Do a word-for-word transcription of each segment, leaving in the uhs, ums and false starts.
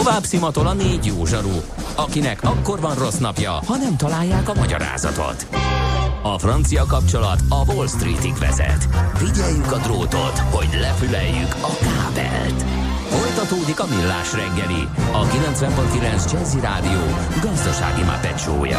Tovább szimatol a négy jó zsaru, akinek akkor van rossz napja, ha nem találják a magyarázatot. A francia kapcsolat a Wall Streetig vezet. Figyeljük a drótot, hogy lefüleljük a kábelt. Folytatódik a Millás reggeli, a kilencven pont kilenc Jazzy Rádió gazdasági mápecsója.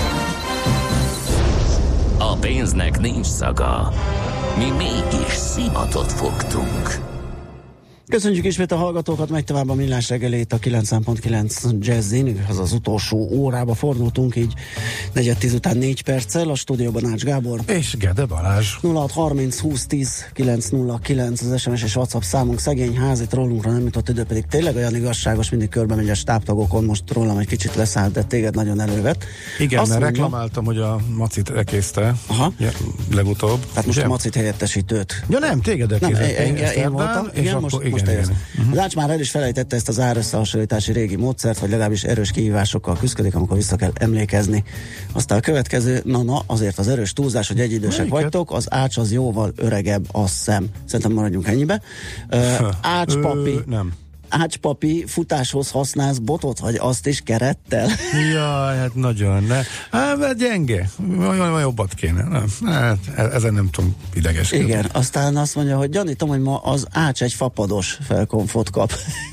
A pénznek nincs szaga. Mi mégis szimatot fogtunk. Köszönjük ismét a hallgatókat, megy tovább a Millás reggelét a kilencven pont kilenc Jazzin, az az utolsó órába fordultunk, így negyed tíz után négy perccel, a stúdióban Ács Gábor és Gede Balázs. nulla hat harminc húsz tíz kilenc nulla kilenc az es em es és WhatsApp számunk, szegény házit rólunkra nem jutott idő, pedig tényleg olyan igazságos, mindig körbe megy a stábtagokon, most rólam egy kicsit leszállt, de téged nagyon elővett. Igen, azt mert mondja, reklamáltam, hogy a Macit ekészte. Aha. Ja, legutóbb. Tehát most ugye? A Macit helyettesítőt. Ja nem, téged ekészett. Nem, én, én voltam, és igen, akkor, most, igen, most igen, igen. Uh-huh. Lács már el is felejtette ezt az árösszehasonlítási régi módszert, vagy legalábbis erős kihívásokkal küzdik, amikor vissza kell emlékezni. Aztán a következő, na-na, azért az erős túlzás, hogy egyidősek Melyiket? Vagytok, az Ács az jóval öregebb, azt hiszem. Szerintem maradjunk ennyibe. Uh, Ács papi. Nem. Ács papi, futáshoz használsz botot, vagy azt is kerettel? Jaj, hát nagyon, ne. Hát gyenge. Olyan jobbat kéne. Nem. Hát, ezen nem tudom idegeskedni. Igen, aztán azt mondja, hogy gyanítom, hogy ma az Ács egy fapados felkonfot kap.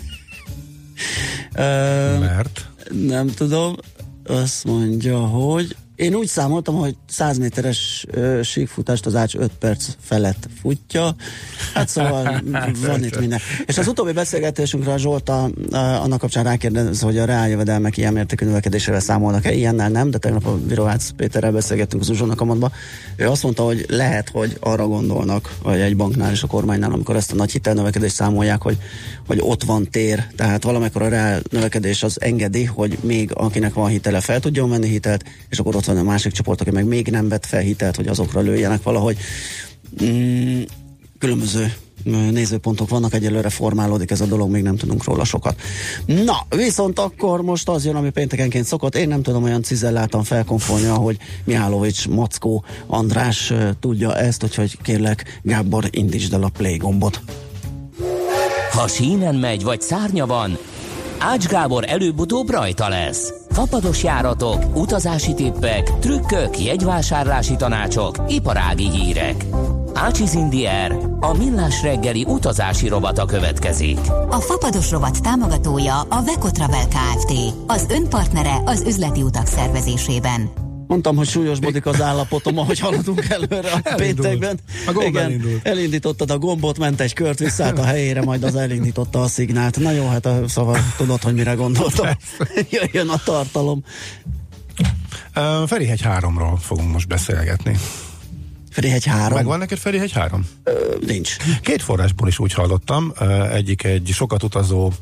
Mert? Nem tudom. Azt mondja, hogy én úgy számoltam, hogy száz méteres uh, síkfutást az Ács öt perc felett futja. Hát szóval van itt minden. És az utóbbi beszélgetésünkre a Zsolta uh, annak kapcsán rákérdez, hogy a reáljövedelmek ilyen mértékű növekedésével számolnak-e. Ilyennel nem, de tegnap a Virovácz Péterrel beszélgettünk az Uzsónak kamatba. Ő azt mondta, hogy lehet, hogy arra gondolnak, vagy egy banknál és a kormánynál, amikor ezt a nagy hitelnövekedést számolják, hogy, hogy ott van tér. Tehát valamikor a reál növekedés az engedi, hogy még akinek van hitele fel tudjon venni hitelt, és akkor ott van a másik csoport, aki meg még nem vett fel hitelt, hogy azokra lőjenek valahogy. Mm, különböző nézőpontok vannak, egyelőre formálódik ez a dolog, még nem tudunk róla sokat. Na, viszont akkor most az jön, ami péntekenként szokott. Én nem tudom olyan cizelláltan felkonfolni, ahogy Mihálovics Mackó András uh, tudja ezt, úgyhogy kérlek, Gábor, indítsd el a play gombot. Ha sínen megy, vagy szárnya van, Ács Gábor előbb-utóbb rajta lesz. Fapados járatok, utazási tippek, trükkök, jegyvásárlási tanácsok, iparági hírek. Ácsiz in the Air, a Millás reggeli utazási rovata következik. A Fapados rovat támogatója a Veko Travel Kft. Az önpartnere az üzleti utak szervezésében. Mondtam, hogy súlyosbodik az állapotom, ahogy haladunk előre a péntekben. A gomb igen, elindult. Elindítottad a gombot, ment egy kört, visszállt a helyére, majd az elindította a szignált. Na jó, hát a, szóval tudod, hogy mire gondoltam. Jöjjön a tartalom. Uh, Ferihegy háromról fogunk most beszélgetni. Ferihegy három? Megvan neked Ferihegy három? Uh, nincs. Két forrásból is úgy hallottam. Uh, egyik egy sokat utazó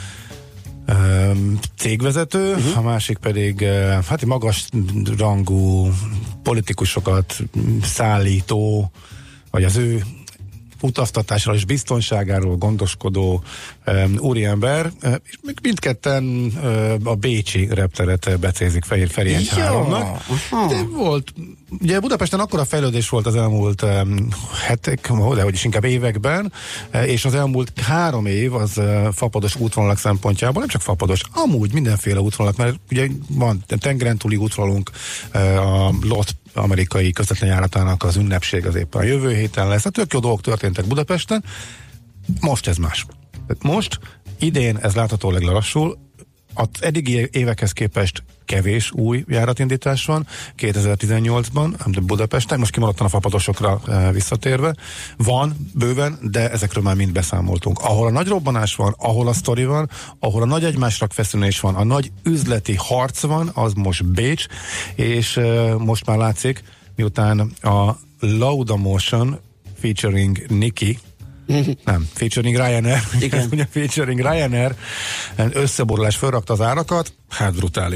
cégvezető, uh-huh. a másik pedig hát egy magas rangú politikusokat szállító, vagy az ő utaztatásról és biztonságáról gondoskodó um, úriember, uh, és még mindketten uh, a bécsi repteret becézik Fehér Ferihegy háromnak. De volt, ugye Budapesten akkora fejlődés volt az elmúlt um, hetek, de hogy is inkább években, uh, és az elmúlt három év az uh, fapados útvonalak szempontjából, nem csak fapados, amúgy mindenféle útvonalak, mert ugye van tengeren túli útvonalunk, uh, a LOT amerikai közvetlen járatának az ünnepség az éppen a jövő héten lesz. Hát tök jó dolgok történtek Budapesten. Most ez más. Most idén ez láthatólag lelassul. Az eddigi évekhez képest kevés új járatindítás van kétezer-tizennyolcban, de Budapesten, most kimaradtan a fapadosokra e, visszatérve. Van bőven, de ezekről már mind beszámoltunk. Ahol a nagy robbanás van, ahol a sztori van, ahol a nagy egymásra feszülés van, a nagy üzleti harc van, az most Bécs, és e, most már látszik, miután a Laudamotion featuring Niki, nem, featuring Ryanair, igen. Ugye featuring Ryanair összeborulás fölrakta az árakat, hát brutális.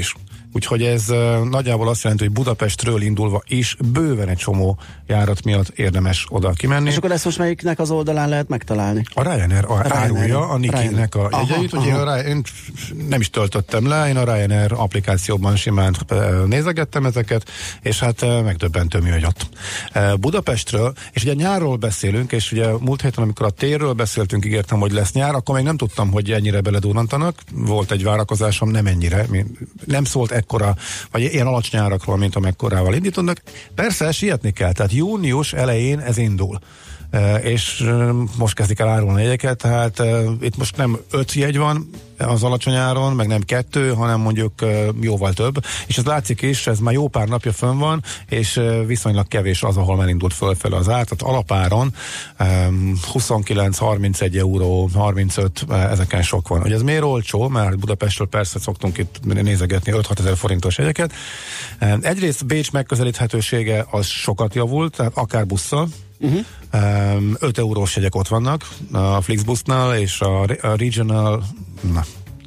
Úgyhogy ez uh, nagyjából azt jelenti, hogy Budapestről indulva is bőven egy csomó járat miatt érdemes oda kimenni. És akkor ezt most melyiknek az oldalán lehet megtalálni? A Ryanair a a árulja a Nikinek a jegyeit, hogy én, a, én nem is töltöttem le, én a Ryanair applikációban simán nézegettem ezeket, és hát megdöbbentő mi, hogy ott. Budapestről, és ugye nyárról beszélünk, és ugye múlt héten, amikor a térről beszéltünk, ígértem, hogy lesz nyár, akkor még nem tudtam, hogy ennyire beledurrantanak. Volt egy várakozásom, nem ennyire, nem szólt ekkora, vagy ilyen alacsony árakról, mint amekkorával indítanak. Persze, sietni kell, tehát június elején ez indul. Uh, és uh, most kezdik el árulni a jegyeket, tehát uh, itt most nem öt jegy van az alacsony áron, meg nem kettő, hanem mondjuk uh, jóval több, és ez látszik is, ez már jó pár napja fönn van, és uh, viszonylag kevés az, ahol már indult fölfele az ár, tehát alapáron um, huszonkilenc harmincegy euró, harmincöt, uh, ezeken sok van. Hogy ez miért olcsó, mert Budapestről persze szoktunk itt nézegetni öt-hat ezer forintos jegyeket. Um, egyrészt Bécs megközelíthetősége az sokat javult, tehát akár busszal, Uh-huh. Um, öt eurós jegyek ott vannak a Flixbusnál, és a, a Regional na.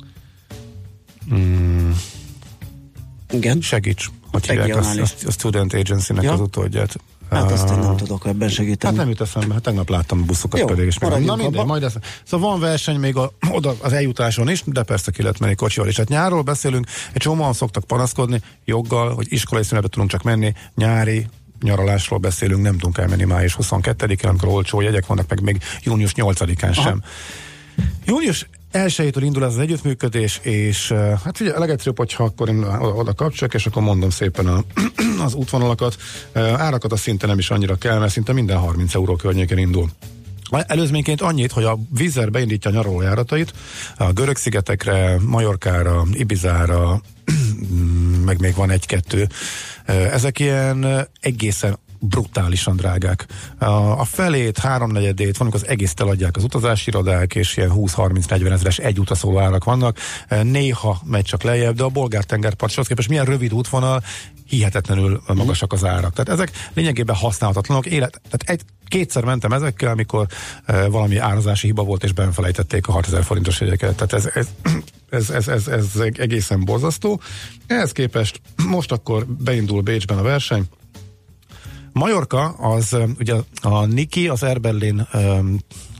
Mm. Igen. Segíts, hogy hívják a, a Student Agency-nek ja. az utódját. Hát azt én nem tudok ebben segíteni. Hát nem jut eszembe, hát tegnap láttam a buszokat jó, pedig, és meg na mindegy, majd ezt. Szóval van verseny még a, oda az eljutáson is, de persze ki lehet menni kocsival is. Hát nyárról beszélünk, egy csomóan szoktak panaszkodni, joggal, hogy iskolai szünetbe tudunk csak menni, nyári nyaralásról beszélünk, nem tudunk elmenni május huszonkettedikén, amikor olcsó jegyek vannak, meg még június nyolcadikán Aha. sem. Június elsejétől indul ez az együttműködés, és hát ugye a legegyszerűbb, hogyha akkor én oda, oda kapcsolok, és akkor mondom szépen a, az útvonalakat. Árakat a szinte nem is annyira kell, mert szinte minden harminc euró környéken indul. Előzményként annyit, hogy a Wizz Air beindítja a nyaralójáratait a Görög-szigetekre, Majorkára, Ibizára, meg még van egy-kettő. Ezek ilyen egészen brutálisan drágák. A, a felét, háromnegyedét, van, az egész eladják az utazási irodák, és ilyen húsz-harminc-negyven ezeres egy utaszóló árak vannak. Néha megy csak lejjebb, de a bolgár tengerparthoz képest milyen rövid útvonal, hihetetlenül magasak az árak. Tehát ezek lényegében használhatatlanok. Élet, tehát egy, kétszer mentem ezekkel, amikor e, valami árazási hiba volt, és benfelejtették a hatezer forintos jegyeket. Tehát ez, ez, ez, ez, ez, ez egészen borzasztó. Ehhez képest most akkor beindul Bécsben a verseny. Majorka, az ugye a Niki, az Air Berlin um,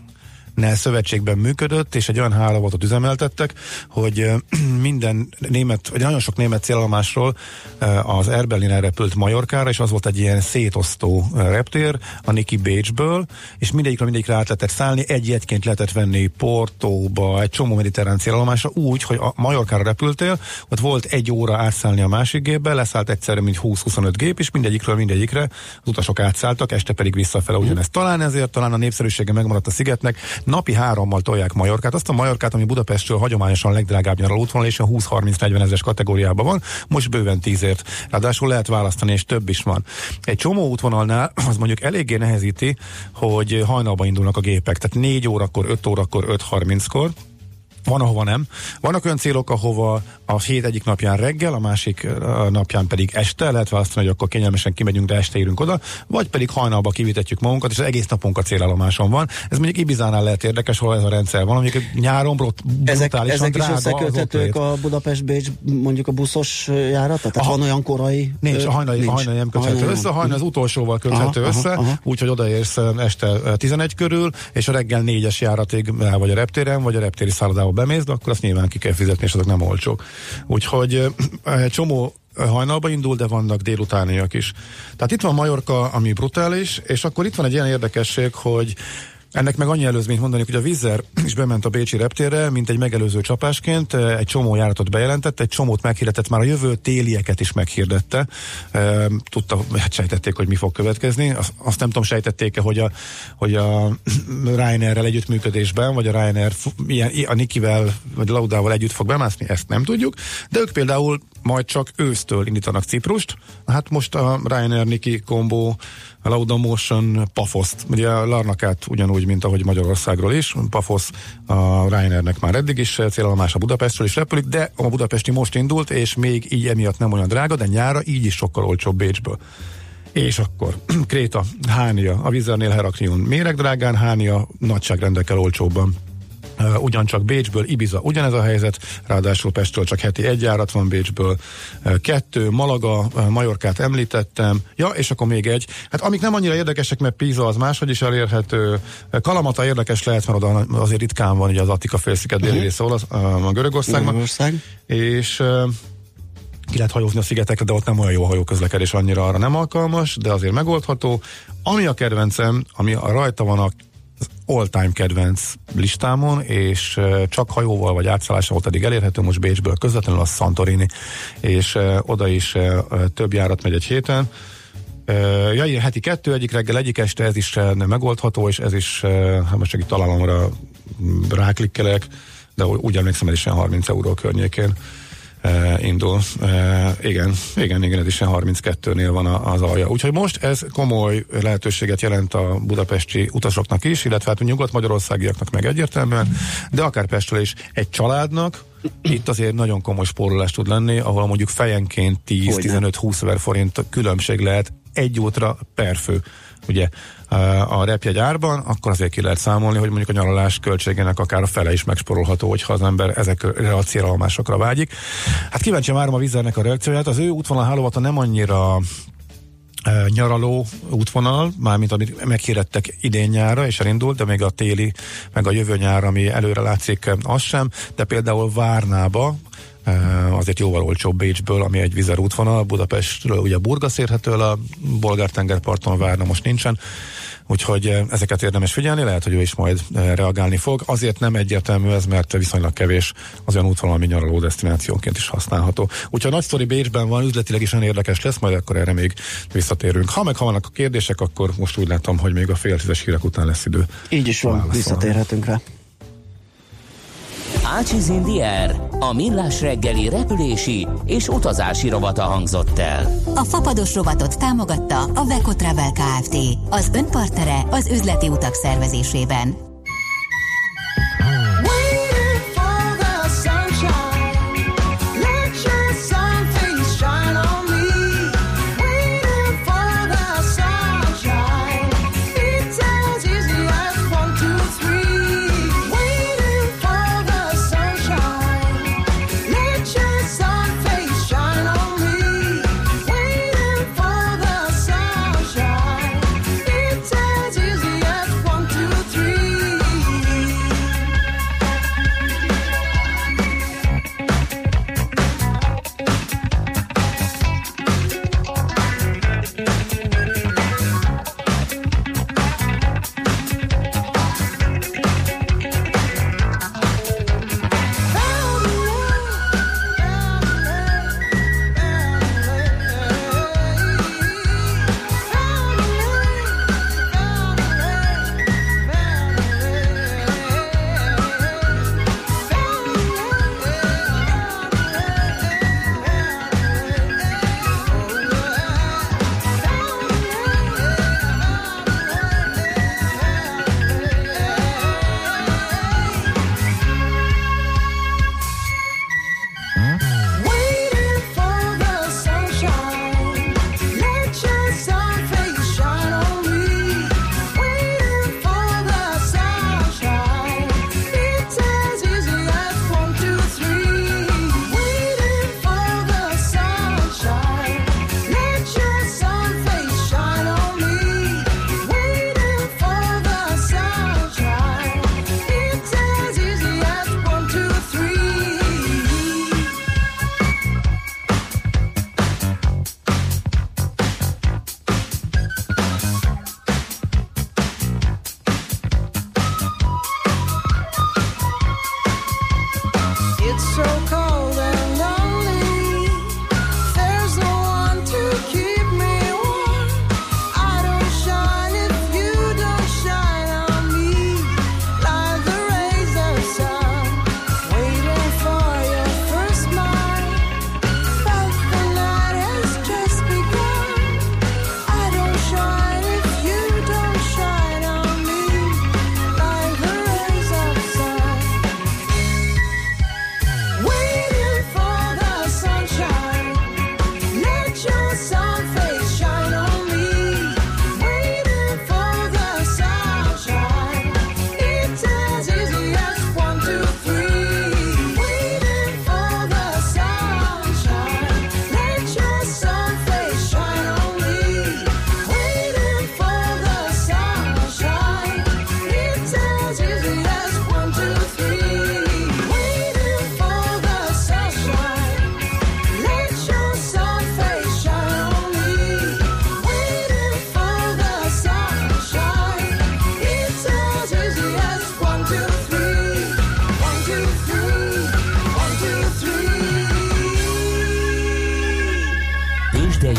ne szövetségben működött, és egy olyan hálózatot üzemeltettek, hogy minden német, vagy nagyon sok német célállomásról az Air Berlin elrepült Majorkára, és az volt egy ilyen szétosztó reptér, a Niki Bécsből, és mindegyikről mindegyikre át lehetett szállni, egy jegyként lehetett venni Portóba, egy csomó mediterrán célállomásra, úgy, hogy a Majorkára repültél, ott volt egy óra átszállni a másik gépbe, leszállt egyszerre, mint húsz-huszonöt gép, és mindegyikről mindegyikre az utasok átszálltak, este pedig visszafele ugyanezt. Talán ezért, talán a népszerűsége megmaradt a szigetnek. Napi hárommal tolják Majorkát. Azt a Majorkát, ami Budapestről hagyományosan a legdrágább nyaralóútvonal, és a húsz-harminc-negyven ezeres kategóriában van, most bőven tízért. Ráadásul lehet választani, és több is van. Egy csomó útvonalnál az mondjuk eléggé nehezíti, hogy hajnalban indulnak a gépek. Tehát négy órakor, öt órakor, öt harminckor. Van, ahova nem. Vannak olyan célok, ahova a hét egyik napján reggel, a másik napján pedig este, lehet választani, hogy akkor kényelmesen kimegyünk, de este érünk oda, vagy pedig hajnalba kivitetjük magunkat, és az egész napunk a célállomáson van. Ez mondjuk Ibizánál lehet érdekes, hol ez a rendszer van, mondjuk nyáron brutálisan ezek, ezek drága. Ezek is összeköthetők a Budapest-Bécs, mondjuk a buszos járata? Tehát aha. Van olyan korai? Nincs, a hajnali, nincs. hajnali nem köthető össze, a hajnali az utolsóval köthető aha, össze, úgyhogy odaérsz este tizenegy körül, és a reggel négyes járatig vagy a reptéren, vagy a reptéri szállodába bemész, de akkor azt nyilván ki kell fizetni, és azok nem olcsók. Úgyhogy egy csomó hajnalba indul, de vannak délutániak is. Tehát itt van Majorka, ami brutális, és akkor itt van egy ilyen érdekesség, hogy ennek meg annyi előzményt mondani, hogy a Wizz Air is bement a bécsi reptérre, mint egy megelőző csapásként, egy csomó járatot bejelentett, egy csomót meghirdetett, már a jövő télieket is meghirdette. Tudta, hát sejtették, hogy mi fog következni. Azt nem tudom, sejtették-e, hogy a, hogy a Ryanairrel együttműködésben, vagy a Ryanair ilyen, a Nikivel, vagy Laudával együtt fog bemászni, ezt nem tudjuk, de ők például majd csak ősztől indítanak Ciprust. Hát most a Ryanair-Niki kombó, a Laudamotion Pafoszt, ugye a Larnakát ugyanúgy, mint ahogy Magyarországról is, Pafosz a Ryanairnek már eddig is célállomás, a Budapestről is repülik, de a budapesti most indult, és még így emiatt nem olyan drága, de nyára így is sokkal olcsóbb Bécsből. És akkor Kréta, Hánia, a Wizz Airnél Heraklion méregdrágán, Hánia nagyságrendekkel olcsóbban. Uh, ugyancsak Bécsből Ibiza ugyanez a helyzet, ráadásul Pestről csak heti egy járat van, Bécsből uh, kettő, Malaga, uh, Majorkát említettem, ja, és akkor még egy. Hát amik nem annyira érdekesek, mert Pisa az máshogy is elérhető, Kalamata érdekes lehet, mert oda azért ritkán van ugye az Attika félsziget déli uh-huh. része olasz, uh, a Görögországban, Görögország. és uh, ki lehet hajózni a szigetekre, de ott nem olyan jó hajóközlekedés, annyira arra nem alkalmas, de azért megoldható. Ami a kedvencem, ami a rajta van a all-time kedvenc listámon, és uh, csak hajóval vagy átszállással volt eddig elérhető, most Bécsből közvetlenül a Santorini, és uh, oda is uh, több járat megy egy héten. Uh, ja, ilyen heti kettő, egyik reggel, egyik este, ez is uh, megoldható, és ez is, uh, hát most csak itt találomra ráklikkelek, de úgy emlékszem, ez is ilyen harminc euró környékén Uh, indul. Uh, igen, igen, igen, ez is harminckettőnél van a, az alja. Úgyhogy most ez komoly lehetőséget jelent a budapesti utasoknak is, illetve hát a nyugat-magyarországiaknak meg egyértelműen, de akár Pestről is egy családnak itt azért nagyon komoly spórolás tud lenni, ahol mondjuk fejenként tíz-tizenöt-húsz ezer forint különbség lehet egy útra per fő. Ugye a repjegy árban, akkor azért ki lehet számolni, hogy mondjuk a nyaralás költségének akár a fele is megsporolható, hogyha az ember ezekre a célállomásokra vágyik. Hát kíváncsi várom a Wizz-Airnek a reakcióját. Az ő útvonal hálózata nem annyira e, nyaraló útvonal, mármint amit meghirdettek idén nyára, és elindult, de még a téli, meg a jövő nyár, ami előre látszik, az sem, de például Várnába, azért jóval olcsóbb Bécsből, ami egy Wizz Air útvonal, Budapestről ugye Burgasz érhető el, a bolgár-tengerparton, Várna most nincsen, úgyhogy ezeket érdemes figyelni, lehet, hogy ő is majd reagálni fog. Azért nem egyértelmű ez, mert viszonylag kevés az olyan útvonal, ami nyaraló desztinációnként is használható. Úgyhogy a nagy sztori Bécsben van, üzletileg is nagyon érdekes lesz, majd akkor erre még visszatérünk. Ha meg ha vannak a kérdések, akkor most úgy látom, hogy még a fél tízes hírek után lesz idő. Így is van, visszatérhetünk rá. Ácsiz Indier, a millás reggeli repülési és utazási rovata hangzott el. A fapados rovatot támogatta a Veco Travel Kft. Az önpartnere az üzleti utak szervezésében. Three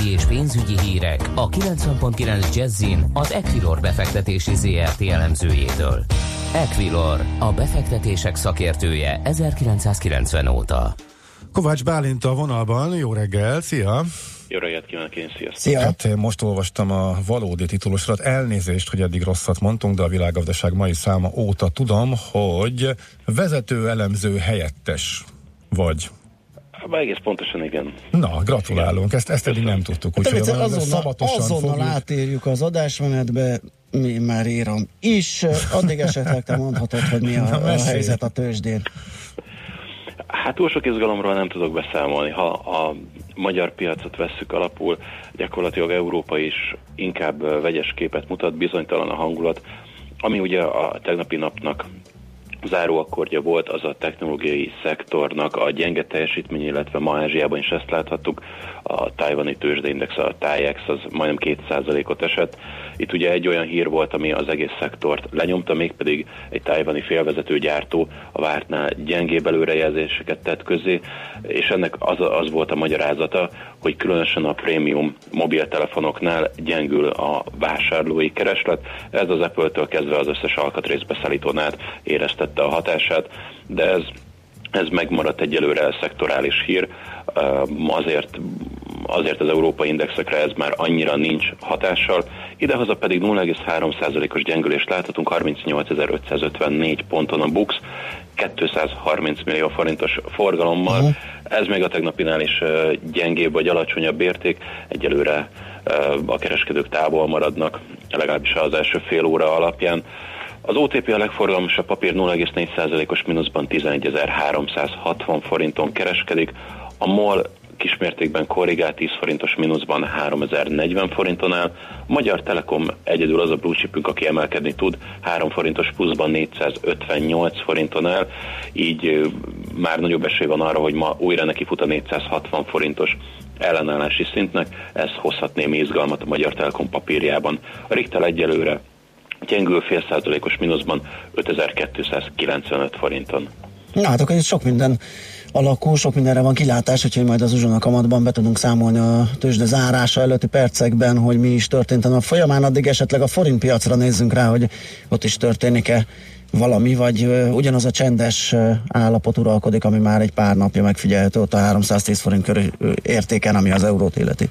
Tőzsdei és pénzügyi hírek a kilencven pont kilenc Jazzin az Equilor befektetési zé er té elemzőjétől. Equilor, a befektetések szakértője ezerkilencszázkilencven óta. Kovács Bálint a vonalban, jó reggel, szia! Jó reggelt kívánok, én sziasztok! Szia! Hát én most olvastam a valódi titulosodat, elnézést, hogy eddig rosszat mondtunk, de a Világgazdaság mai száma óta tudom, hogy vezető elemző helyettes vagy. Már egész pontosan igen. Na, gratulálunk, ezt, ezt eddig nem tudtuk. Úgy, azonnal, azonnal átérjük az adásmenetbe, mi már írom is, addig esetleg te mondhatod, hogy mi a, a helyzet a tőzsdén. Hát túl sok izgalomról nem tudok beszámolni. Ha a magyar piacot vesszük alapul, gyakorlatilag Európa is inkább vegyes képet mutat, bizonytalan a hangulat. Ami ugye a tegnapi napnak záróakkordja volt, az a technológiai szektornak a gyenge teljesítmény, illetve ma Ázsiában is ezt láthattuk. A tajvani tőzsdeindex, a TAIEX, az majdnem két százalékot esett. Itt ugye egy olyan hír volt, ami az egész szektort lenyomta, mégpedig egy tajvani félvezető gyártó a vártnál gyengébb előrejelzéseket tett közé, és ennek az, az volt a magyarázata, hogy különösen a prémium mobiltelefonoknál gyengül a vásárlói kereslet. Ez az Apple-től kezdve az összes alkatrészbeszállítónál éreztette a hatását, de ez, ez megmaradt egyelőre szektorális hír, azért, azért az európai indexekre ez már annyira nincs hatással, idehaza pedig nulla egész három százalékos gyengülést láthatunk, harmincnyolcezer-ötszázötvennégy ponton a BUX, kétszázharminc millió forintos forgalommal, uh-huh. Ez még a tegnapinál is gyengébb vagy alacsonyabb érték, egyelőre a kereskedők távol maradnak, legalábbis az első fél óra alapján. Az o té pé a legforgalmasabb papír nulla egész négy százalékos mínuszban tizenegyezer-háromszázhatvan forinton kereskedik, a MOL kismértékben korrigált tíz forintos mínuszban háromezer-negyven forinton áll, a Magyar Telekom egyedül az a blue chipünk, aki emelkedni tud, három forintos pluszban négyszázötvennyolc forinton áll, így már nagyobb esély van arra, hogy ma újra neki fut a négyszázhatvan forintos ellenállási szintnek, ez hozhat némi izgalmat a Magyar Telekom papírjában. A Richter egyelőre gyengül fél százalékos mínuszban ötezer-kétszázkilencvenöt forinton. Na hát akkor itt sok minden alakul, sok mindenre van kilátás, úgyhogy majd az uzsona kamatban be tudunk számolni a tőzsde zárása előtti percekben, hogy mi is történt a nap folyamán, addig esetleg a forint piacra nézzünk rá, hogy ott is történik-e valami, vagy uh, ugyanaz a csendes uh, állapot uralkodik, ami már egy pár napja megfigyelhető ott a háromszáztíz forint körül uh, értéken, ami az eurót illeti.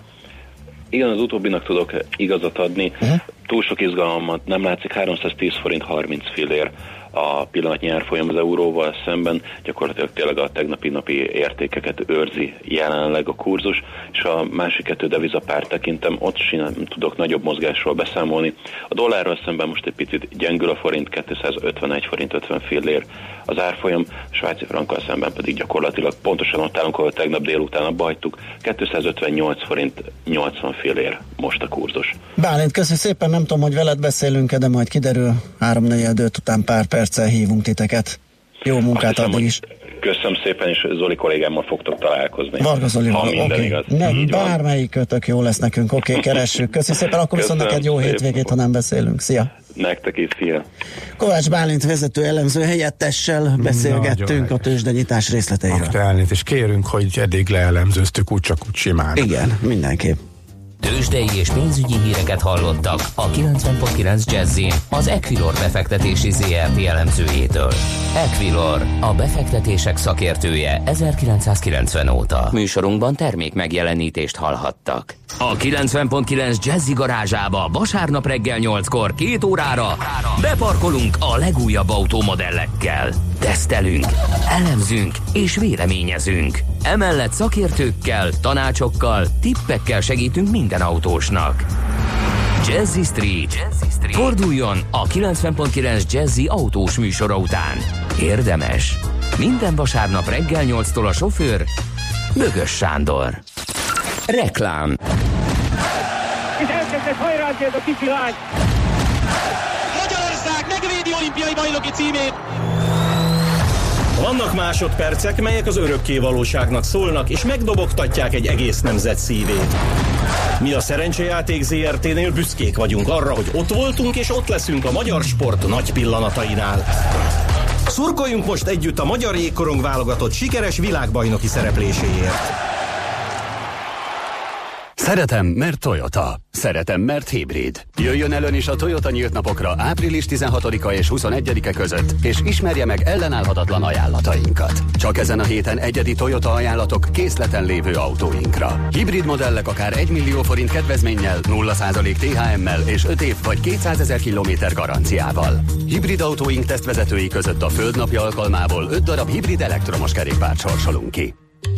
Igen, az utóbbinak tudok igazat adni. Uh-huh. Túl sok izgalmat nem látszik, háromszáztíz forint harminc fillér a pillanatnyi árfolyam az euróval szemben, gyakorlatilag tényleg a tegnapi napi értékeket őrzi jelenleg a kurzus, és a másik kettő devizapár tekintem, ott sem tudok nagyobb mozgásról beszámolni. A dollárral szemben most egy picit gyengül a forint, kétszázötvenegy forint ötven fillér az árfolyam, a svájci frankkal szemben pedig gyakorlatilag pontosan ott állunk, ahol tegnap délután abba hagytuk, kétszázötvennyolc forint nyolcvan fillér most a kurzus. Bálint, köszi szépen, nem tudom, hogy veled beszélünk-e, de majd kiderül, háromnegyed öt után pár perccel hívunk titeket. Jó munkát addig is. Köszönöm szépen, és Zoli kollégámmal fogtok találkozni. Varga Zolival, oké. Okay. Nem, bármelyik kötök jó lesz nekünk, oké, okay, keressük. Köszi szépen, akkor viszont neked jó hétvégét, ha nem beszélünk. Szia! Nektek is, szia! Kovács Bálint vezető elemző helyettessel beszélgettünk a tőzsdenyítás részleteiről. Aktuálnit, és kérünk, hogy eddig leelemzőztük úgy csak úgy simán. Igen, mindenképp. Tőzsdei és pénzügyi híreket hallottak a kilencven pont kilenc Jazzin az Equilor befektetési zé er té elemzőjétől. Equilor, a befektetések szakértője ezerkilencszázkilencven óta. Műsorunkban termék megjelenítést hallhattak. A kilencven pont kilenc Jazzy garázsába vasárnap reggel nyolckor két órára beparkolunk a legújabb autómodellekkel. Tesztelünk, elemzünk és véleményezünk. Emellett szakértőkkel, tanácsokkal, tippekkel segítünk minden autósnak. Jazzy Street. Jazzy Street. Forduljon a kilencven pont kilenc Jazzy autós műsora után. Érdemes. Minden vasárnap reggel nyolctól a sofőr Bögös Sándor. Reklám. És elkezdett hajrázéld a kicsi lány. Magyarország megvédi olimpiai bajnoki címét. Vannak másodpercek, melyek az örökké valóságnak szólnak, és megdobogtatják egy egész nemzet szívét. Mi a Szerencsejáték zé er té-nél büszkék vagyunk arra, hogy ott voltunk, és ott leszünk a magyar sport nagy pillanatainál. Szurkoljunk most együtt a magyar jégkorong válogatott sikeres világbajnoki szerepléséért. Szeretem, mert Toyota. Szeretem, mert hibrid. Jöjjön el ön is a Toyota nyílt napokra április tizenhatodika és huszonegyedike között, és ismerje meg ellenállhatatlan ajánlatainkat. Csak ezen a héten egyedi Toyota ajánlatok készleten lévő autóinkra. Hibrid modellek akár egy millió forint kedvezménnyel, nulla százalék té há emmel és öt év vagy kétszázezer kilométer garanciával. Hibrid autóink tesztvezetői között a Földnapja alkalmából öt darab hibrid elektromos kerékpárt sorsolunk ki.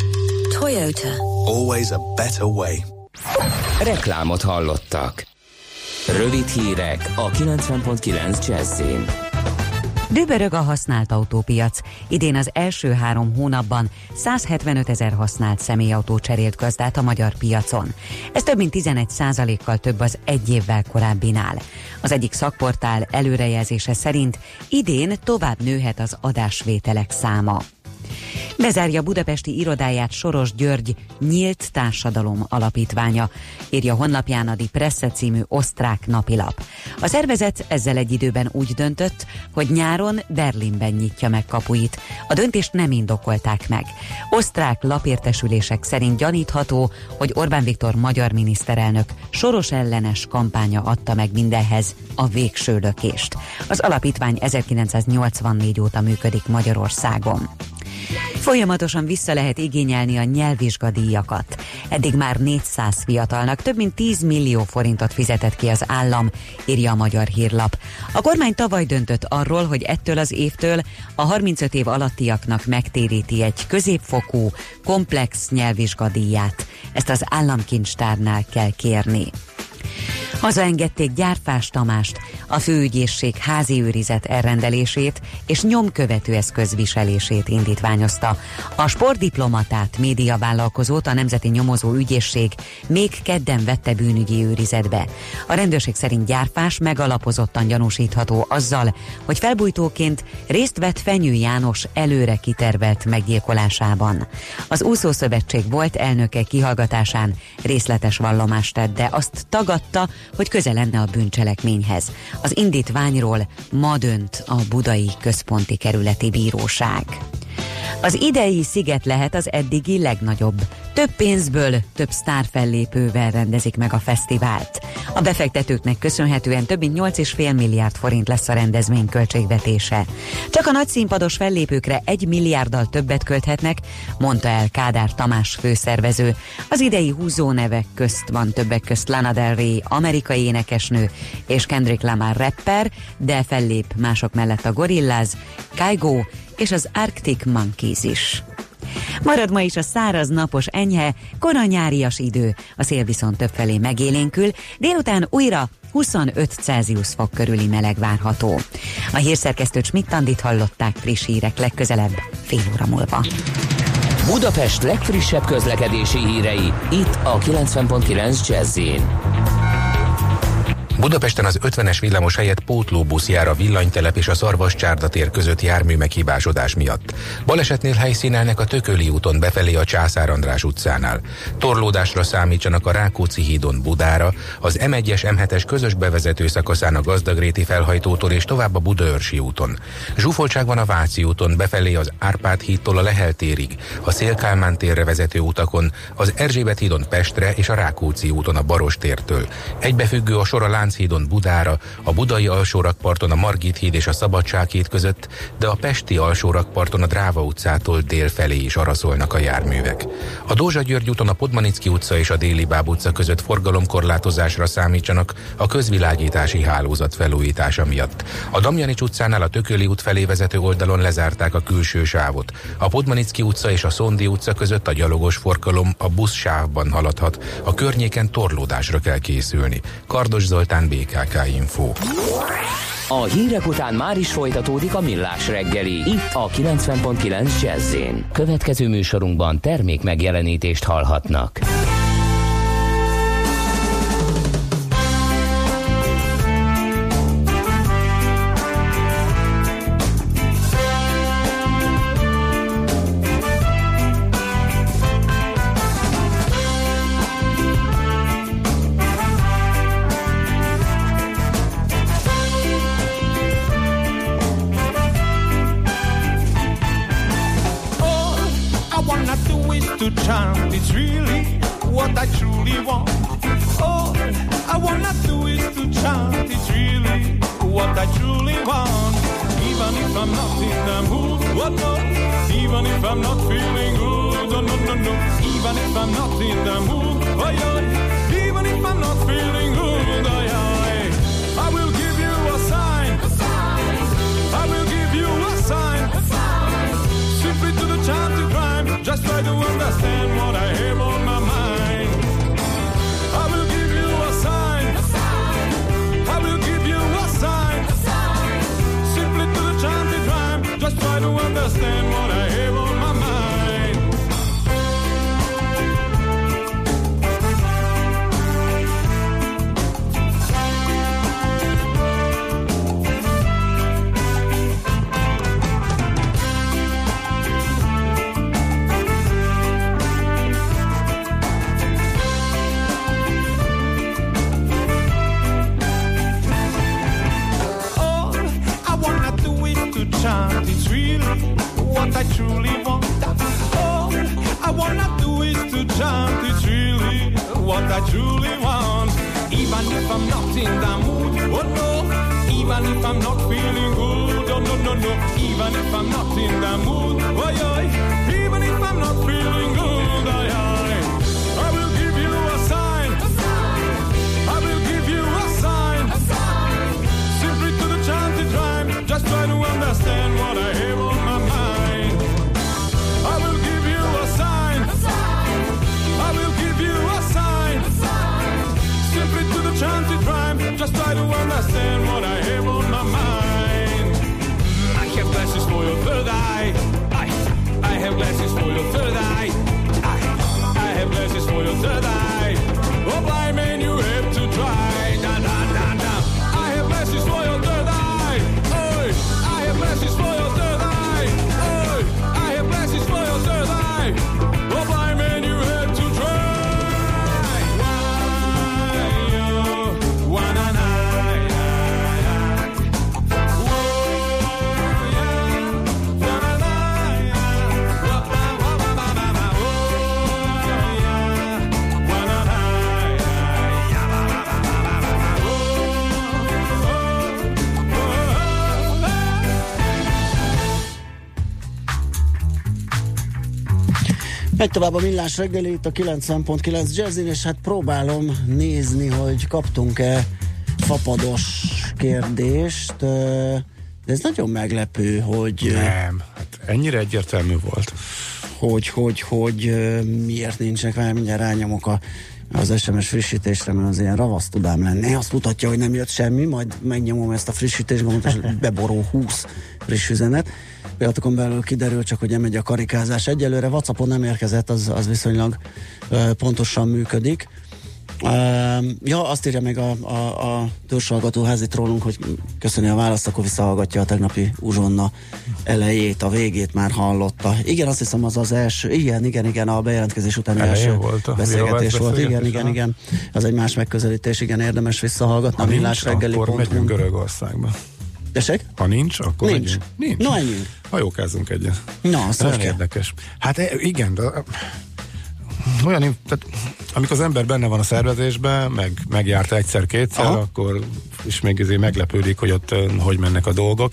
Toyota. Always a better way. Reklámot hallottak. Rövid hírek a kilencven pont kilenc Jazzyn. Dübörög a használt autópiac. Idén az első három hónapban százhetvenöt ezer használt személyautó cserélt gazdát a magyar piacon. Ez több mint tizenegy százalékkal több az egy évvel korábbinál. Az egyik szakportál előrejelzése szerint idén tovább nőhet az adásvételek száma. Bezárja budapesti irodáját Soros György Nyílt Társadalom Alapítványa, írja honlapján a Die Presse című osztrák napilap. A szervezet ezzel egy időben úgy döntött, hogy nyáron Berlinben nyitja meg kapuit. A döntést nem indokolták meg. Osztrák lapértesülések szerint gyanítható, hogy Orbán Viktor magyar miniszterelnök Soros ellenes kampánya adta meg mindenhez a végső lökést. Az alapítvány ezerkilencszáznyolcvannégy óta működik Magyarországon. Folyamatosan vissza lehet igényelni a nyelvvizsgadíjakat. Eddig már négyszáz fiatalnak több mint tíz millió forintot fizetett ki az állam, írja a Magyar Hírlap. A kormány tavaly döntött arról, hogy ettől az évtől a harmincöt év alattiaknak megtéríti egy középfokú, komplex nyelvvizsgadíját. Ezt az államkincstárnál kell kérni. Hazaengedték Gyárfás Tamást, a főügyészség házi őrizet elrendelését és nyomkövető eszköz viselését indítványozta. A sportdiplomatát, médiavállalkozót a Nemzeti Nyomozó Ügyészség még kedden vette bűnügyi őrizetbe. A rendőrség szerint Gyárfás megalapozottan gyanúsítható azzal, hogy felbujtóként részt vett Fenyő János előre kitervelt meggyilkolásában. Az Úszószövetség volt elnöke kihallgatásán részletes vallomást tett, de azt tagadta, hogy köze lenne a bűncselekményhez. Az indítványról ma dönt a Budai Központi Kerületi Bíróság. Az idei sziget lehet az eddigi legnagyobb. Több pénzből, több sztárfellépővel rendezik meg a fesztivált. A befektetőknek köszönhetően több mint nyolc egész öt milliárd forint lesz a rendezvény költségvetése. Csak a nagyszínpados fellépőkre egy milliárddal többet költhetnek, mondta el Kádár Tamás főszervező. Az idei húzó nevek közt van többek közt Lana Del Rey, amerikai énekesnő, és Kendrick Lamar rapper, de fellép mások mellett a Gorillaz, Kygo és az Arctic Monkeys is. Marad ma is a száraz, napos, enyhe, kora nyárias idő, a szél viszont többfelé megélénkül, délután újra huszonöt Celsius fok körüli meleg várható. A hírszerkesztőt Schmidt-Tandit hallották, friss hírek legközelebb, fél óra múlva. Budapest legfrissebb közlekedési hírei, itt a kilencven pont kilenc Jazz-in. Budapesten az ötvenes villamos helyett pótlóbusz jár a Villanytelep és a Szarvascsárda tér között jármű meghibásodás miatt. Balesetnél helyszínelnek a Tököli úton befelé a Császár András utcánál. Torlódásra számítsanak a Rákóczi hídon Budára, az em egyes em hetes közös bevezető szakaszán a Gazdagréti felhajtótól és tovább a Budaörsi úton. Zsúfoltság van a Váci úton befelé az Árpád hídtól a Lehel térig, a Széll-Kálmán térre vezető utakon, az Erzsébet hídon Pestre és a Rákóczi úton a Baros tértől. Egybefüggő a sor a Lánchídon Budára, a budai alsórakparton a Margit híd és a Szabadság híd között, de a pesti alsórakparton a Dráva utcától dél felé is araszolnak a járművek. A Dózsa-György úton a Podmanicki utca és a Déli Báb utca között forgalomkorlátozásra számítsanak a közvilágítási hálózat felújítása miatt. A Damjanics utcánál a Tököli út felé vezető oldalon lezárták a külső sávot. A Podmanicki utca és a Szondi utca között a gyalogos forgalom a buszsávban haladhat, a környéken torlódásra kell készülni. Kardos Zoltán, bé ká ká Info. A hírek után már is folytatódik a Millás reggeli, itt a kilencven pont kilenc Jazz-én. Következő műsorunkban termék megjelenítést hallhatnak. It's really what I truly want. All I wanna do is to chant, it's really what I truly want. Even if I'm not in the mood, oh no. Even if I'm not feeling good, oh no, no, no. Even if I'm not in the mood, oh yeah. Even if I'm not feeling good, oh yeah. I will give you a sign, a sign. I will give you a sign, a sign. Simply to the chanted rhyme, just try to understand what I have on my mind. I will give you a sign, a sign. I will give you a sign, a sign. Simply to the chanted rhyme, just try to understand what I have on my mind. It's really what I truly want. All I wanna do is to chant. It's really what I truly want. Even if I'm not in the mood, oh no. Even if I'm not feeling good, oh no, no, no. Even if I'm not in the mood, oh yeah. Even if I'm not feeling good, oh yeah. I will give you a sign, a sign. I will give you a sign, a sign. Simply to the chanted rhyme, just try to understand what I have on my mind. I will give you a sign, a sign. I will give you a sign, a sign. Simply to the chanted rhyme, just try to understand what I have on my mind. I have glasses for your third eye. I, I have glasses for your third eye. I, I have glasses for your third eye. Oh, blind man, you have to try. Da, da, da, da. I have glasses for your third eye. Oy. I have glasses for your third eye. Oy. I have glasses for your third eye. Oh, blind man, you have to try. Why, oh, wanna Megy tovább a Millás reggeli itt a kilencven pont kilenc Jazzin, és hát próbálom nézni, hogy kaptunk-e fapados kérdést, de ez nagyon meglepő, hogy... Nem, hát ennyire egyértelmű volt. Hogy, hogy, hogy miért nincsenek, mert mindjárt rányomok a, az es em es frissítésre, mert az ilyen ravasz tudám lenni. Azt mutatja, hogy nem jött semmi, majd megnyomom ezt a frissítés gombot, és beborul húsz friss üzenet. Pillanatokon belül kiderül csak, hogy megy a karikázás. Egyelőre WhatsAppon nem érkezett, az, az viszonylag uh, pontosan működik. Uh, ja, azt írja még a, a, a törzshallgató házi trollunk, hogy köszöni a választ, akkor visszahallgatja a tegnapi uzsonna elejét, a végét már hallotta. Igen, azt hiszem az az első, igen, igen, igen, a bejelentkezés utáni első volt a beszélgetés volt. Igen, igen, igen. Az egy más megközelítés, igen, érdemes visszahallgatni. Ha nincs, akkor megyünk Görögországba. Tessék? Ha nincs, akkor nincs. Megyünk. Nincs. No, menjünk. Hajókázzunk egyet. Na, azt nagyon érdekes. Hát igen, de olyan, tehát, amikor az ember benne van a szervezésben, meg megjárta egyszer-kétszer, aha, akkor is még azért meglepődik, hogy ott hogy mennek a dolgok.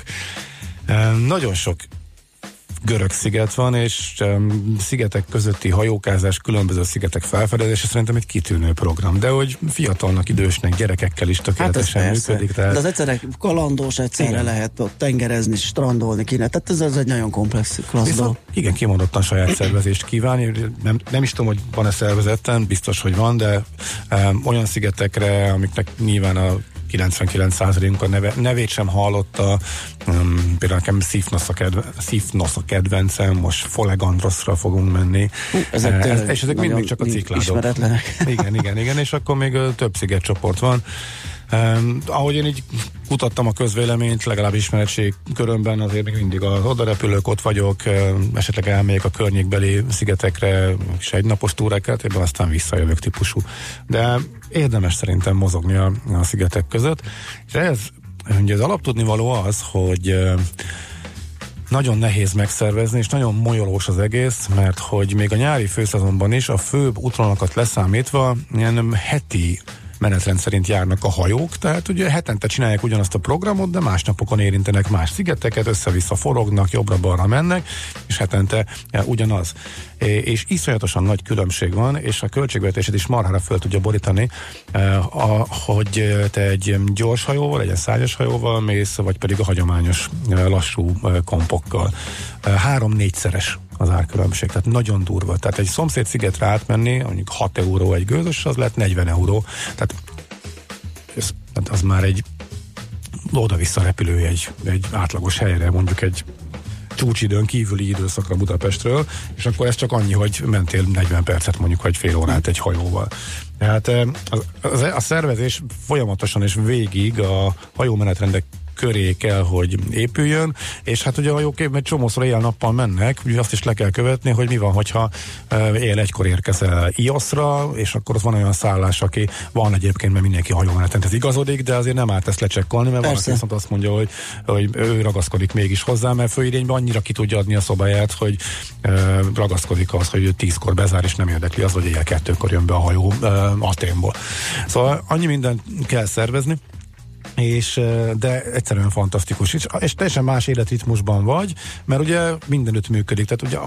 Nagyon sok görög sziget van, és um, szigetek közötti hajókázás, különböző szigetek felfedezése szerintem egy kitűnő program, de hogy fiatalnak, idősnek, gyerekekkel is tökéletesen hát működik. Tehát... De az egyszerre kalandos, egyszerre igen, lehet ott tengerezni, strandolni kéne, tehát ez, ez egy nagyon komplex klassz dolog. Igen, kimondottan saját szervezést kívánni, nem, nem is tudom, hogy van-e szervezetten, biztos, hogy van, de um, olyan szigetekre, amiknek nyilván a kilencvenkilenc százalékunk a neve, nevét sem hallotta, um, például nekem Szifnosz a, kedve, Szifnosz a kedvencem, most Folegandroszra fogunk menni. Uh, ezek Ez, és ezek mind még csak a cikládok. Ismeretlenek. Igen, igen, igen, és akkor még uh, több szigetcsoport van. Um, ahogy én így kutattam a közvéleményt, legalább ismeretség körömben, azért még mindig az odarepülők, ott vagyok, um, esetleg elmegyek a környékbeli szigetekre, és egy napos túrákat, ebben aztán visszajövök típusú. De érdemes szerintem mozogni a, a szigetek között. És ez, ugye az alaptudnivaló az, hogy uh, nagyon nehéz megszervezni, és nagyon molyolós az egész, mert hogy még a nyári főszezonban is a főbb útvonalakat leszámítva ilyen heti menetrend szerint járnak a hajók, tehát ugye hetente csinálják ugyanazt a programot, de más napokon érintenek más szigeteket, össze-vissza forognak, jobbra-balra mennek, és hetente ugyanaz. És iszonyatosan nagy különbség van, és a költségvetését is marhára föl tudja borítani, hogy te egy gyors hajóval, egy szágyas hajóval mész, vagy pedig a hagyományos lassú kompokkal. Három-négyszeres az árkülönbség, tehát nagyon durva. Tehát egy szomszéd szigetre átmenni, mondjuk hat euró egy gőzös, az lett negyven euró. Tehát ez, az már egy oda-vissza repülő egy, egy átlagos helyre, mondjuk egy csúcsidőn kívüli időszakra Budapestről, és akkor ez csak annyi, hogy mentél negyven percet, mondjuk, vagy fél órát egy hajóval. Tehát a szervezés folyamatosan és végig a hajómenetrendek köré kell, hogy épüljön, és hát ugye a hajók egy csomószor éjjel-nappal mennek, ugye azt is le kell követni, hogy mi van, hogyha éjjel egykor érkezel Ioszra, és akkor ott van olyan szállás, aki van egyébként, mert mindenki hajómenetrendhez igazodik, de azért nem árt ezt lecsekkolni, mert valaki viszont azt mondja, hogy, hogy ő ragaszkodik mégis hozzá, mert főidényben annyira ki tudja adni a szobáját, hogy uh, ragaszkodik az, hogy tízkor bezár, és nem érdekli az, hogy éjjel kettőkor jön be a hajó uh, Athénból. Szóval annyi mindent kell szervezni, és, de egyszerűen fantasztikus, és, és teljesen más életritmusban vagy, mert ugye mindenütt működik, tehát ugye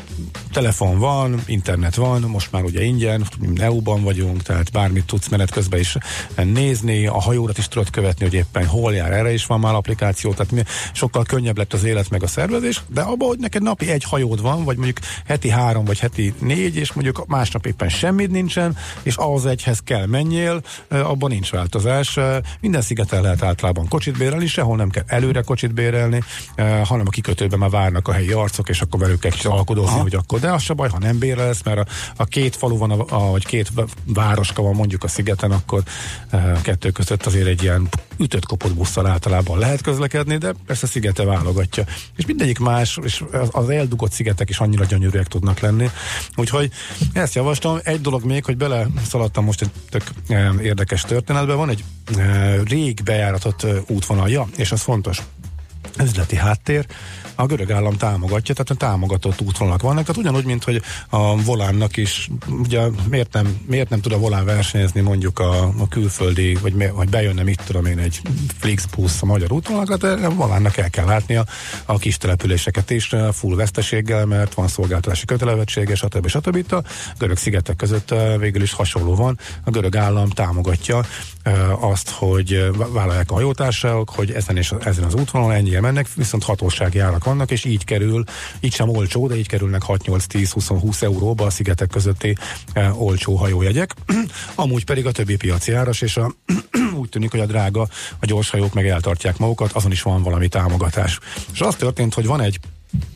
telefon van, internet van, most már ugye ingyen, é u-ban vagyunk, tehát bármit tudsz menet közben is nézni, a hajórat is tudod követni, hogy éppen hol jár, erre is van már applikáció, tehát sokkal könnyebb lett az élet meg a szervezés, de abban, hogy neked napi egy hajód van, vagy mondjuk heti három, vagy heti négy, és mondjuk másnap éppen semmit nincsen, és ahhoz egyhez kell menjél, abban nincs változás. Minden szigeten lehet általában kocsit bérelni, sehol nem kell előre kocsit bérelni, hanem a kikötőben már várnak a helyi arcok, és akkor velük kell kicsit alkudozni, hogy akkor, de az se baj, ha nem bérelsz, mert a, a két falu van, a, a, vagy két városka van mondjuk a szigeten, akkor e, kettő között azért egy ilyen ütött kopott busszal általában lehet közlekedni, de persze a szigete válogatja. És mindegyik más, és az eldugott szigetek is annyira gyönyörűek tudnak lenni. Úgyhogy ezt javaslom. Egy dolog még, hogy bele szaladtam most egy tök e, érdekes történetbe. Van egy e, rég bejáratott e, útvonalja, és az fontos. Üzleti háttér, a görög állam támogatja, tehát a támogatott útvonalak vannak, tehát ugyanúgy, mint hogy a volánnak is, ugye miért nem, miért nem tud a volán versenyezni mondjuk a, a külföldi, vagy, vagy bejönne, mit tudom én, egy Flixbus a magyar útvonalakat, de a volánnak el kell látnia a kis településeket is full veszteséggel, mert van szolgáltatási kötelezettsége, stb. stb. Itt a görög szigetek között végül is hasonló van, a görög állam támogatja azt, hogy vállalják a hajótársaságok, hogy ezen, és ezen az útvonalon ennyire mennek, viszont hatósági árak vannak, és így kerül, így sem olcsó, de így kerülnek hat nyolc tíz húsz euróba a szigetek közötti e, olcsó hajójegyek. Amúgy pedig a többi piaci áras, és a, úgy tűnik, hogy a drága, a gyors hajók meg eltartják magukat, azon is van valami támogatás. És az történt, hogy van egy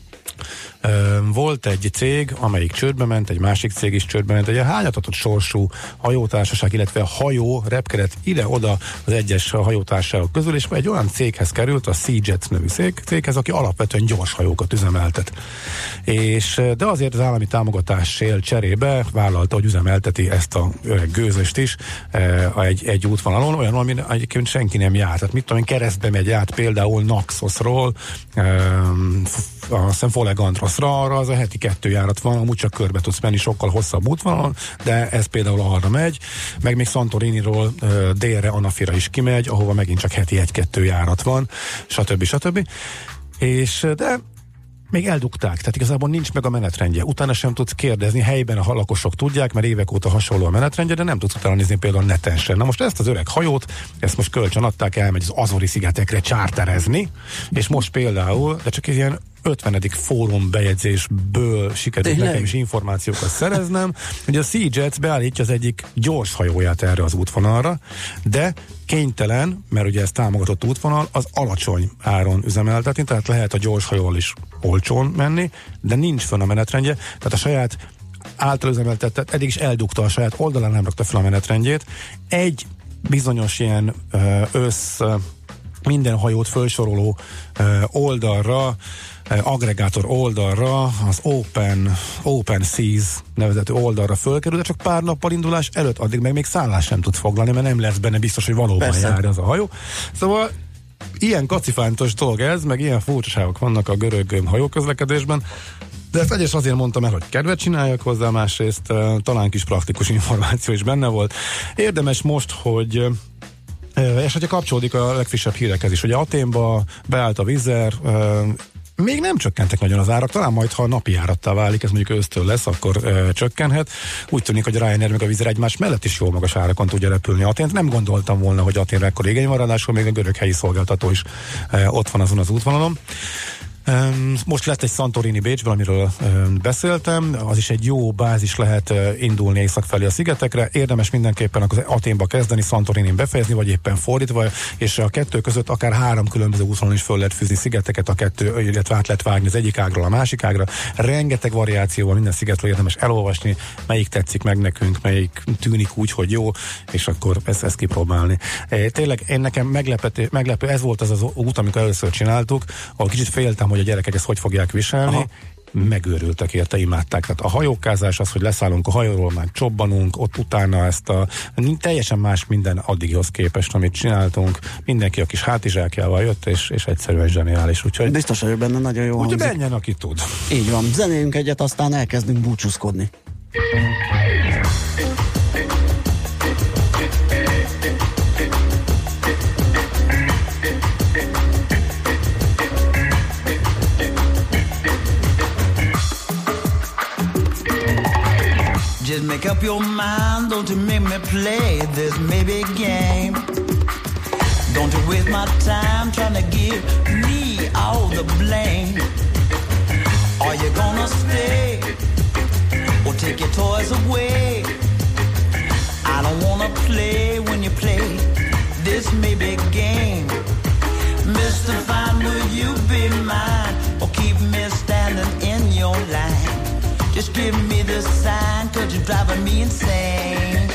volt egy cég, amelyik csődbe ment, egy másik cég is csődbe ment, egy hányatatott sorsú hajótársaság, illetve a hajó repkedett ide-oda az egyes hajótársaságok közül, és egy olyan céghez került, a SeaJet nevű cég, céghez, aki alapvetően gyors hajókat üzemeltet. És, de azért az állami támogatásért cserébe vállalta, hogy üzemelteti ezt a öreg gőzöst is egy, egy útvonalon, olyan, amin egyébként senki nem jár. Tehát mit tudom én, keresztbe megy át például Naxosról, azt hiszem Folegandrosra, arra az a heti kettő járat van, amúgy csak körbe tudsz menni sokkal hosszabb útvonalon, de ez például arra megy, meg még Santoriniról uh, délre Anafira is kimegy, ahova megint csak heti egy-kettő járat van, stb. stb. És de még eldugták, tehát igazából nincs meg a menetrendje. Utána sem tudsz kérdezni, helyben a lakosok tudják, mert évek óta hasonló a menetrendje, de nem tudsz utána nézni például neten sem. Na most ezt az öreg hajót, ezt most kölcsön adták, elmegy az Azori-szigetekre csárterezni, és most például, de csak ilyen ötvenedik fórum bejegyzésből sikerült nekem is információkat szereznem, hogy a SeaJet beállítja az egyik gyors hajóját erre az útvonalra, de kénytelen, mert ugye ez támogatott útvonal, az alacsony áron üzemeltetni, tehát lehet a gyors hajóval is olcsón menni, de nincs fönn a menetrendje, tehát a saját által üzemeltetett, eddig is eldugta a saját oldalán, nem rakta fel a menetrendjét. Egy bizonyos ilyen össz minden hajót felsoroló oldalra, agregátor oldalra, az Open, Open Seas nevezetű oldalra fölkerül, de csak pár nappal indulás előtt, addig meg még szállás sem tud foglalni, mert nem lesz benne biztos, hogy valóban Persze. jár az a hajó. Szóval ilyen kacifántos dolog ez, meg ilyen furcsaságok vannak a görög hajóközlekedésben, de ezt egyrészt azért mondtam el, hogy kedvet csináljak hozzá, másrészt uh, talán kis praktikus információ is benne volt. Érdemes most, hogy uh, és hogyha kapcsolódik a legfrissebb hírekhez is, hogy Athénba beállt a Wizz Air, uh, még nem csökkentek nagyon az árak, talán majd, ha a napi járattá válik, ez mondjuk ősztől lesz, akkor uh, csökkenhet. Úgy tűnik, hogy Ryanair meg a Wizz Air egymás mellett is jó magas árakon tudja repülni Athént. Nem gondoltam volna, hogy Athénre ekkor igény van, ráadásul még a görög helyi szolgáltató is uh, ott van azon az útvonalon. Um, most lett egy Santorini Bécsben, amiről um, beszéltem, az is egy jó bázis lehet uh, indulni észak felé a szigetekre, érdemes mindenképpen az Athénba kezdeni, Santorinin befejezni, vagy éppen fordítva, és a kettő között akár három különböző útvonalon is föl lehet fűzni szigeteket, a kettő, illetve át lehet vágni az egyik ágról a másik ágra, rengeteg variációval minden szigetről érdemes elolvasni, melyik tetszik meg nekünk, melyik tűnik úgy, hogy jó, és akkor ezt, ezt kipróbálni. E, tényleg én nekem meglepő, meglepő, ez volt az az út, amikor először csináltuk, ahol kicsit féltem, hogy a gyerekek ezt hogy fogják viselni. Aha. Megőrültek érte, imádták. Tehát a hajókázás, az, hogy leszállunk a hajóról, már csobbanunk, ott utána ezt a teljesen más minden addighoz képest, amit csináltunk. Mindenki a kis hátizsákjával jött, és, és egyszerűen zseniális. Úgyhogy biztos vagyok benne, nagyon jó hangzik. Úgyhogy menjen, aki tud. Így van. Zenéljünk egyet, aztán elkezdünk búcsúzkodni. Just make up your mind, don't you make me play this maybe game. Don't you waste my time trying to give me all the blame. Are you gonna stay or take your toys away? I don't wanna play when you play this maybe game. Mister Fine, will you be mine or keep me standing in your line? Just give me the sign, cause you're driving me insane.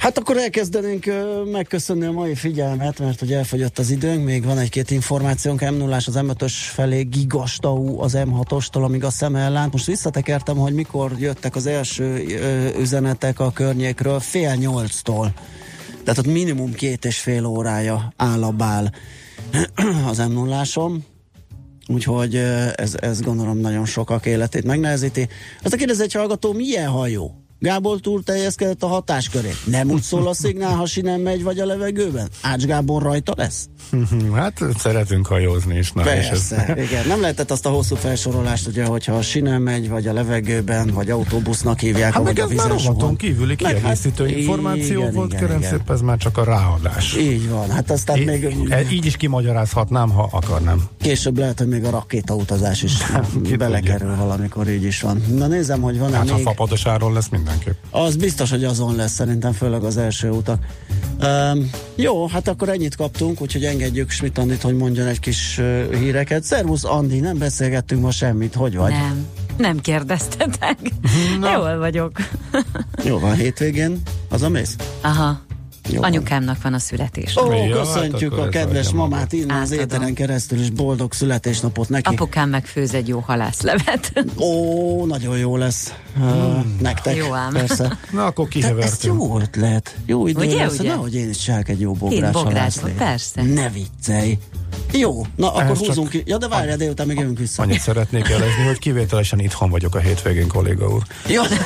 Hát akkor elkezdenénk uh, megköszönni a mai figyelmet, mert hogy elfogyott az időnk, még van egy-két információnk, em nullás az em ötös felé, gigastau az em hatostól, amíg a Szemellát. Most visszatekertem, hogy mikor jöttek az első uh, üzenetek a környékről, fél nyolctól. Tehát ott minimum két és fél órája áll a bál az em nulláson. Úgyhogy uh, ez, ez gondolom nagyon sokak életét megnehezíti. Azt kérdezi egy hallgató, milyen hajó? Gábor túl teljeskedett a hatáskörét. Nem úgy szól a szignál, ha sinem megy vagy a levegőben? Ács Gábor rajta lesz? Hát szeretünk hajózni is. Na, persze, és ez... igen. Nem lehetett azt a hosszú felsorolást, ugye, hogyha a sinem megy, vagy a levegőben, vagy autóbusznak hívják, hát vagy a vizen. Hát meg ez már rovaton kívüli kiegészítő hát, információ igen, volt, kérem szépen, ez már csak a ráadás. Így van. Hát aztán I- még... Így is kimagyarázhatnám, ha akarnám. Később lehet, hogy még a rakétautazás is belekerül valamikor, így is van. Na nézem, hogy van-e hát, még... ha fapadosáról lesz mindenképp. Az biztos, hogy azon lesz szerintem, főleg az első utak. Um, jó, hát akkor ennyit kaptunk, úgyhogy engedjük Schmidt Andit, hogy mondjon egy kis uh, híreket. Szervusz Andi, nem beszélgettünk ma semmit, hogy vagy? Nem, nem kérdeztetek. Jól vagyok. Jó van, hétvégén hazamész? Aha. Jó, anyukámnak van a születés. Ó, ja, köszöntjük hát a kedves mamát innen az éteren keresztül, és boldog születésnapot neki. Apukám meg főz egy jó halászlevet. Ó, nagyon jó lesz. Uh, nektek. Jó ám. Persze. Na, akkor kihevertünk. Ez jó ötlet. Jó idő ugye, lesz, ugye? Nehogy én is csinálok egy jó bográs halászlét. Persze. Ne viccelj. Jó, na akkor ehhez húzunk csak... ki. Ja, de várjál, délután még jövünk vissza. Annyit szeretnék jelezni, hogy kivételesen itthon vagyok a hétvégén, kolléga úr. Jó. Oké.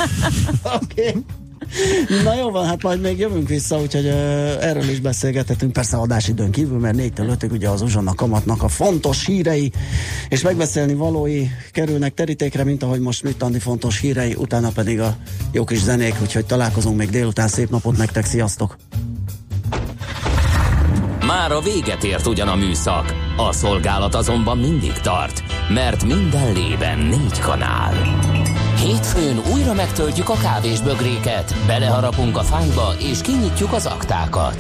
Okay. Na jó van, hát majd még jövünk vissza, úgyhogy uh, erről is beszélgethetünk, persze adásidőn kívül, mert négytől ötig ugye az Uzsonna Kamatnak a fontos hírei, és megbeszélni valói kerülnek terítékre, mint ahogy most Schmidt Andi fontos hírei, utána pedig a jó kis zenék, úgyhogy találkozunk még délután, szép napot nektek, sziasztok! Már a véget ért ugyan a műszak, a szolgálat azonban mindig tart, mert minden lében négy kanál. Hétfőn újra megtöltjük a kávésbögréket, beleharapunk a fányba és kinyitjuk az aktákat.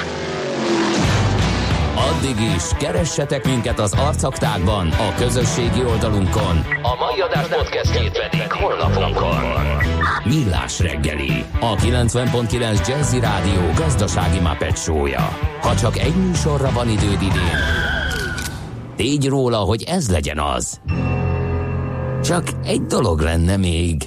Addig is keressetek minket az arcaktákban, a közösségi oldalunkon, a mai adás podcastjét pedig honlapunkon. Millás reggeli, a kilencven pont kilenc Jazzy Rádió gazdasági Muppet show-ja. Ha csak egy műsorra van időd idén, tégy róla, hogy ez legyen az. Csak egy dolog lenne még.